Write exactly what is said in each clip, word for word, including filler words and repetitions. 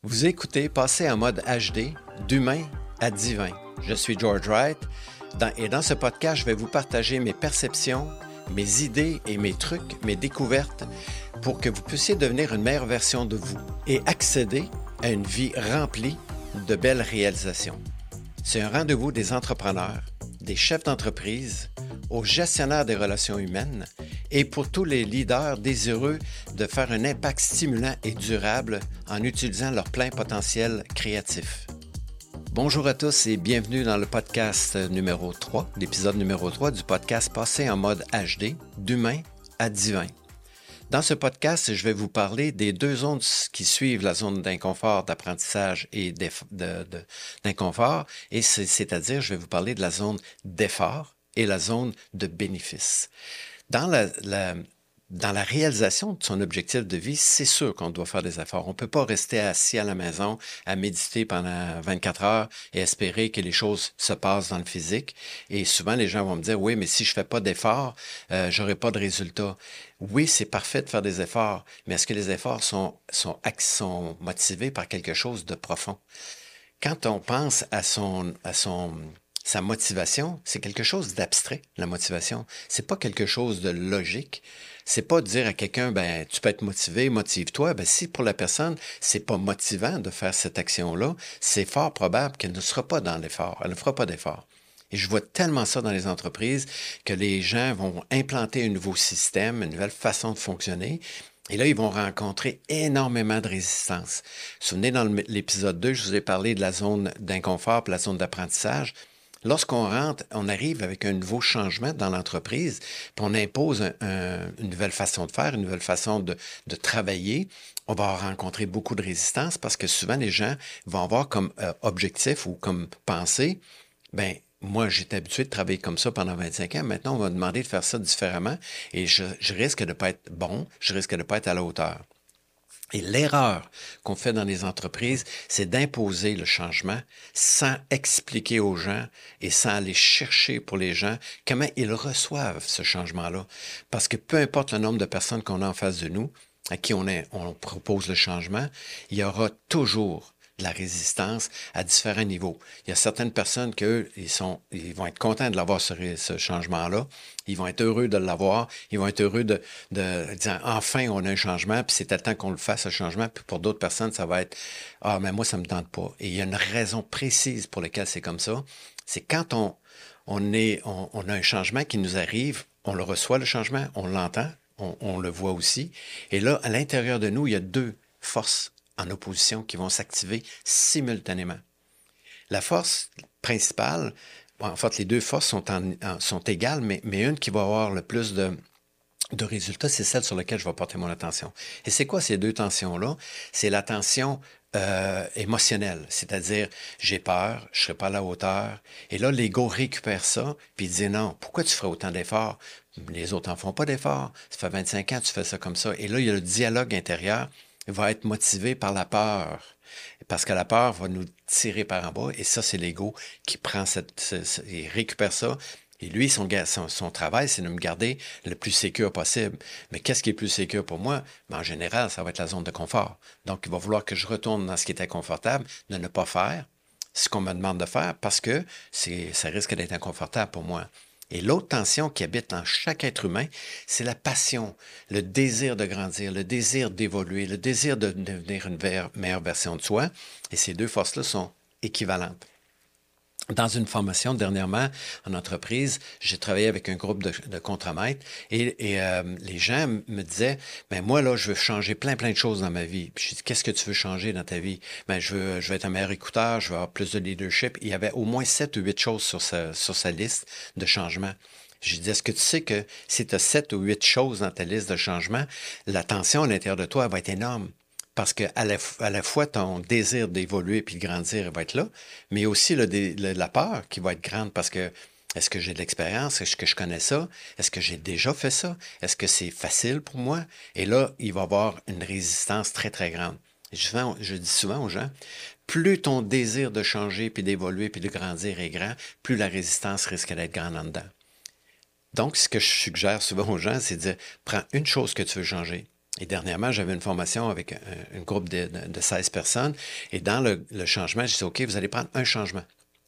Vous écoutez Passer en mode H D, d'humain à divin. Je suis George Wright dans, et dans ce podcast, je vais vous partager mes perceptions, mes idées et mes trucs, mes découvertes pour que vous puissiez devenir une meilleure version de vous et accéder à une vie remplie de belles réalisations. C'est un rendez-vous des entrepreneurs, des chefs d'entreprise, aux gestionnaires des relations humaines et pour tous les leaders désireux de faire un impact stimulant et durable en utilisant leur plein potentiel créatif. Bonjour à tous et bienvenue dans le podcast numéro trois, l'épisode numéro trois du podcast Passer en mode H D, d'humain à divin. Dans ce podcast, je vais vous parler des deux zones qui suivent la zone d'inconfort, d'apprentissage et de, de, d'inconfort, et c'est, c'est-à-dire je vais vous parler de la zone d'effort et la zone de bénéfice. Dans la, la, dans la réalisation de son objectif de vie, c'est sûr qu'on doit faire des efforts. On ne peut pas rester assis à la maison à méditer pendant vingt-quatre heures et espérer que les choses se passent dans le physique. Et souvent, les gens vont me dire, oui, mais si je ne fais pas d'efforts, euh, je n'aurai pas de résultat. Oui, c'est parfait de faire des efforts, mais est-ce que les efforts sont, sont, sont motivés par quelque chose de profond? Quand on pense à son... À son Sa motivation, c'est quelque chose d'abstrait, la motivation. C'est pas quelque chose de logique. C'est pas de dire à quelqu'un, ben, tu peux être motivé, motive-toi. Ben, si pour la personne, c'est pas motivant de faire cette action-là, c'est fort probable qu'elle ne sera pas dans l'effort. Elle ne fera pas d'effort. Et je vois tellement ça dans les entreprises que les gens vont implanter un nouveau système, une nouvelle façon de fonctionner. Et là, ils vont rencontrer énormément de résistance. Vous vous souvenez, dans l'épisode deux, je vous ai parlé de la zone d'inconfort et la zone d'apprentissage. Lorsqu'on rentre, on arrive avec un nouveau changement dans l'entreprise, puis on impose un, un, une nouvelle façon de faire, une nouvelle façon de, de travailler. On va rencontrer beaucoup de résistance parce que souvent les gens vont avoir comme euh, objectif ou comme pensée, ben moi j'étais habitué de travailler comme ça pendant vingt-cinq ans, maintenant on va me demander de faire ça différemment et je, je risque de ne pas être bon, je risque de ne pas être à la hauteur. Et l'erreur qu'on fait dans les entreprises, c'est d'imposer le changement sans expliquer aux gens et sans aller chercher pour les gens comment ils reçoivent ce changement-là. Parce que peu importe le nombre de personnes qu'on a en face de nous, à qui on, est, on propose le changement, il y aura toujours de la résistance à différents niveaux. Il y a certaines personnes qu'eux, ils, sont, ils vont être contents de l'avoir, ce, ce changement-là. Ils vont être heureux de l'avoir. Ils vont être heureux de, de dire, enfin, on a un changement, puis c'est à temps qu'on le fasse, ce changement. Puis pour d'autres personnes, ça va être, ah, mais moi, ça me tente pas. Et il y a une raison précise pour laquelle c'est comme ça. C'est quand on, on, est, on, on a un changement qui nous arrive, on le reçoit, le changement, on l'entend, on, on le voit aussi. Et là, à l'intérieur de nous, il y a deux forces en opposition qui vont s'activer simultanément. La force principale, bon, en fait, les deux forces sont, en, en, sont égales, mais, mais une qui va avoir le plus de, de résultats, c'est celle sur laquelle je vais porter mon attention. Et c'est quoi ces deux tensions-là? C'est la tension euh, émotionnelle, c'est-à-dire j'ai peur, je ne serai pas à la hauteur. Et là, l'ego récupère ça, puis il dit non, pourquoi tu ferais autant d'efforts? Les autres n'en font pas d'efforts. Ça fait vingt-cinq ans que tu fais ça comme ça. Et là, il y a le dialogue intérieur va être motivé par la peur. Parce que la peur va nous tirer par en bas. Et ça, c'est l'ego qui prend cette, ce, ce, il récupère ça. Et lui, son, son, son travail, c'est de me garder le plus sécure possible. Mais qu'est-ce qui est plus sécure pour moi? Ben, en général, ça va être la zone de confort. Donc, il va vouloir que je retourne dans ce qui était confortable, de ne pas faire ce qu'on me demande de faire parce que c'est, ça risque d'être inconfortable pour moi. Et l'autre tension qui habite en chaque être humain, c'est la passion, le désir de grandir, le désir d'évoluer, le désir de devenir une meilleure version de soi. Et ces deux forces-là sont équivalentes. Dans une formation dernièrement en entreprise, j'ai travaillé avec un groupe de, de contremaîtres et, et euh, les gens me disaient, ben moi là, je veux changer plein plein de choses dans ma vie. Puis je dis, qu'est-ce que tu veux changer dans ta vie? Ben je veux, je veux être un meilleur écouteur, je veux avoir plus de leadership. Il y avait au moins sept ou huit choses sur sa, sur sa liste de changements. J'ai dit, est-ce que tu sais que si tu as sept ou huit choses dans ta liste de changements, la tension à l'intérieur de toi elle va être énorme? Parce qu'à la, à la fois, ton désir d'évoluer puis de grandir va être là, mais aussi le, le, la peur qui va être grande parce que est-ce que j'ai de l'expérience? Est-ce que je connais ça? Est-ce que j'ai déjà fait ça? Est-ce que c'est facile pour moi? Et là, il va y avoir une résistance très, très grande. Je, je dis souvent aux gens, plus ton désir de changer puis d'évoluer puis de grandir est grand, plus la résistance risque d'être grande en dedans. Donc, ce que je suggère souvent aux gens, c'est de dire, prends une chose que tu veux changer. Et dernièrement, j'avais une formation avec un, un groupe de, de, de seize personnes. Et dans le, le changement, je dis, OK, vous allez prendre un changement.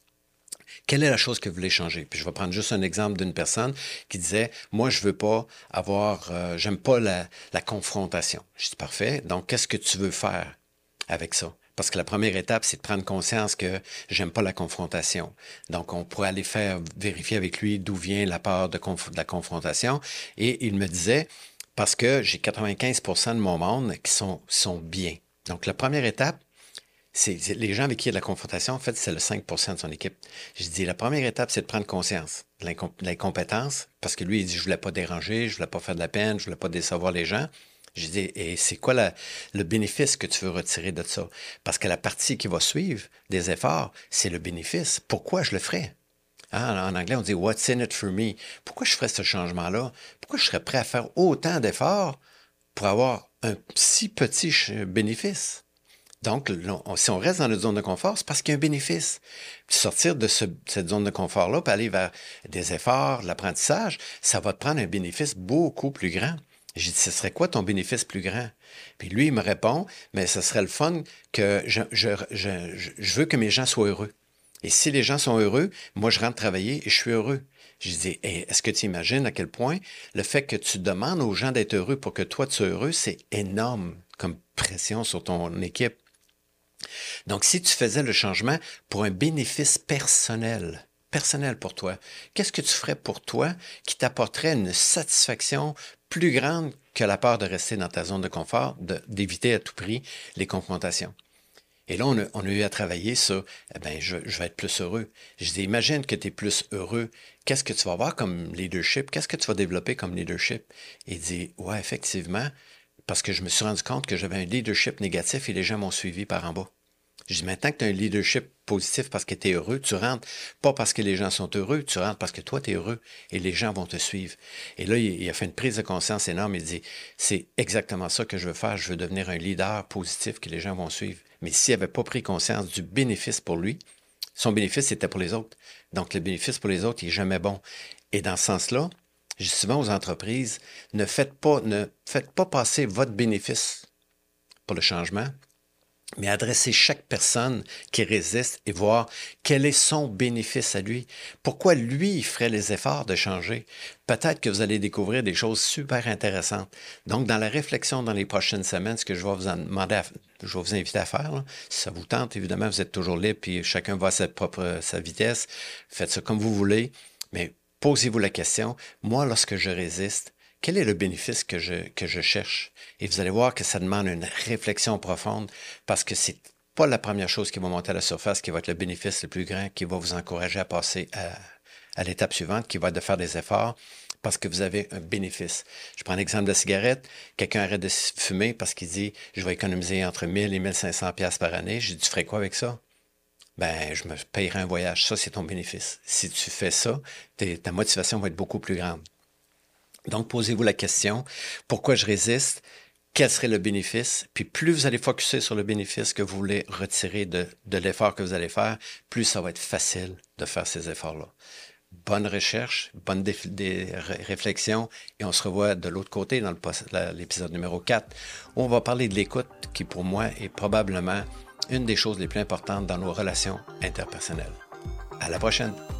Quelle est la chose que vous voulez changer? Puis je vais prendre juste un exemple d'une personne qui disait, moi, je veux pas avoir, euh, j'aime pas la, la confrontation. Je dis, parfait. Donc, qu'est-ce que tu veux faire avec ça? Parce que la première étape, c'est de prendre conscience que j'aime pas la confrontation. Donc, on pourrait aller faire vérifier avec lui d'où vient la peur de, conf- de la confrontation. Et il me disait, parce que j'ai quatre-vingt-quinze pour cent de mon monde qui sont, sont bien. Donc, la première étape, c'est, c'est les gens avec qui il y a de la confrontation, en fait, c'est le cinq pour cent de son équipe. Je dis, la première étape, c'est de prendre conscience de, l'incom- de l'incompétence, parce que lui, il dit, je voulais pas déranger, je voulais pas faire de la peine, je voulais pas décevoir les gens. Je dis, et c'est quoi la, le bénéfice que tu veux retirer de ça? Parce que la partie qui va suivre des efforts, c'est le bénéfice. Pourquoi je le ferais? Hein, en anglais, on dit « What's in it for me ». Pourquoi je ferais ce changement-là? Pourquoi je serais prêt à faire autant d'efforts pour avoir un si petit bénéfice? Donc, si on reste dans notre zone de confort, c'est parce qu'il y a un bénéfice. Puis sortir de ce, cette zone de confort-là, puis aller vers des efforts, de l'apprentissage, ça va te prendre un bénéfice beaucoup plus grand. J'ai dit, ce serait quoi ton bénéfice plus grand? Puis lui, il me répond, mais ce serait le fun que je, je, je, je veux que mes gens soient heureux. Et si les gens sont heureux, moi, je rentre travailler et je suis heureux. Je dis, hey, est-ce que tu imagines à quel point le fait que tu demandes aux gens d'être heureux pour que toi, tu sois heureux, c'est énorme comme pression sur ton équipe. Donc, si tu faisais le changement pour un bénéfice personnel, personnel pour toi, qu'est-ce que tu ferais pour toi qui t'apporterait une satisfaction plus grande que la peur de rester dans ta zone de confort, de, d'éviter à tout prix les confrontations? Et là, on a, on a eu à travailler sur, eh bien, je, je vais être plus heureux. Je dis, imagine que tu es plus heureux. Qu'est-ce que tu vas avoir comme leadership? Qu'est-ce que tu vas développer comme leadership? Et il dit, ouais, effectivement, parce que je me suis rendu compte que j'avais un leadership négatif et les gens m'ont suivi par en bas. Je dis, maintenant que tu as un leadership positif parce que tu es heureux, tu rentres pas parce que les gens sont heureux, tu rentres parce que toi, tu es heureux et les gens vont te suivre. Et là, il, il a fait une prise de conscience énorme. Il dit, c'est exactement ça que je veux faire. Je veux devenir un leader positif que les gens vont suivre. Mais s'il n'avait pas pris conscience du bénéfice pour lui, son bénéfice, c'était pour les autres. Donc, le bénéfice pour les autres, il n'est jamais bon. Et dans ce sens-là, je dis souvent aux entreprises, ne faites pas, ne faites pas passer votre bénéfice pour le changement, mais adresser chaque personne qui résiste et voir quel est son bénéfice à lui. Pourquoi lui, il ferait les efforts de changer? Peut-être que vous allez découvrir des choses super intéressantes. Donc, dans la réflexion dans les prochaines semaines, ce que je vais vous en demander, à, je vais vous inviter à faire, là, si ça vous tente, évidemment, vous êtes toujours libre, puis chacun va à sa propre sa vitesse. Faites ça comme vous voulez, mais posez-vous la question, moi, lorsque je résiste, quel est le bénéfice que je, que je cherche? Et vous allez voir que ça demande une réflexion profonde parce que c'est pas la première chose qui va monter à la surface qui va être le bénéfice le plus grand, qui va vous encourager à passer à, à l'étape suivante, qui va être de faire des efforts parce que vous avez un bénéfice. Je prends l'exemple de la cigarette. Quelqu'un arrête de fumer parce qu'il dit « Je vais économiser entre mille et mille cinq cents dollars par année. » J'ai dit « Tu ferais quoi avec ça? » Ben, je me payerai un voyage. Ça, c'est ton bénéfice. Si tu fais ça, ta motivation va être beaucoup plus grande. Donc, posez-vous la question, pourquoi je résiste? Quel serait le bénéfice? Puis plus vous allez focuser sur le bénéfice que vous voulez retirer de, de l'effort que vous allez faire, plus ça va être facile de faire ces efforts-là. Bonne recherche, bonne dé- des réflexion, et on se revoit de l'autre côté dans le, l'épisode numéro quatre, où on va parler de l'écoute, qui pour moi est probablement une des choses les plus importantes dans nos relations interpersonnelles. À la prochaine!